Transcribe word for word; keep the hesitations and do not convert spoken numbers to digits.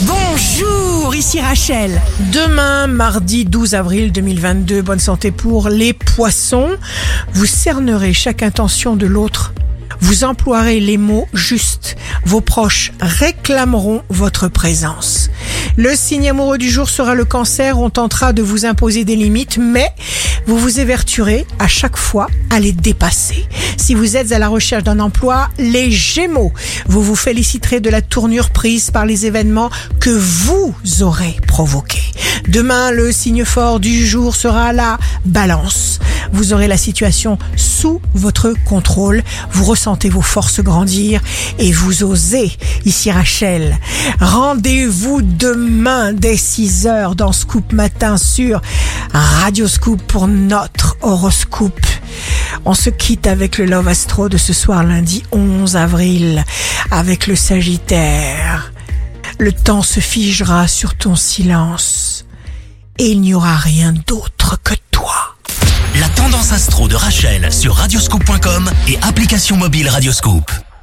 Bonjour, ici Rachel. Demain, mardi douze avril deux mille vingt-deux, bonne santé pour les poissons. Vous cernerez chaque intention de l'autre. Vous emploierez les mots justes. Vos proches réclameront votre présence. Le signe amoureux du jour sera le cancer. On tentera de vous imposer des limites, mais vous vous évertuerez à chaque fois à les dépasser. Si vous êtes à la recherche d'un emploi, les Gémeaux, vous vous féliciterez de la tournure prise par les événements que vous aurez provoqués. Demain, le signe fort du jour sera la Balance. Vous aurez la situation sous votre contrôle. Vous ressentez vos forces grandir et vous osez. Ici Rachel. Rendez-vous demain dès six heures dans Scoop Matin sur Radio Scoop pour notre horoscope. On se quitte avec le Love Astro de ce soir lundi onze avril avec le Sagittaire. Le temps se figera sur ton silence et il n'y aura rien d'autre que toi. La tendance astro de Rachel sur radioscoop point com et application mobile Radioscoop.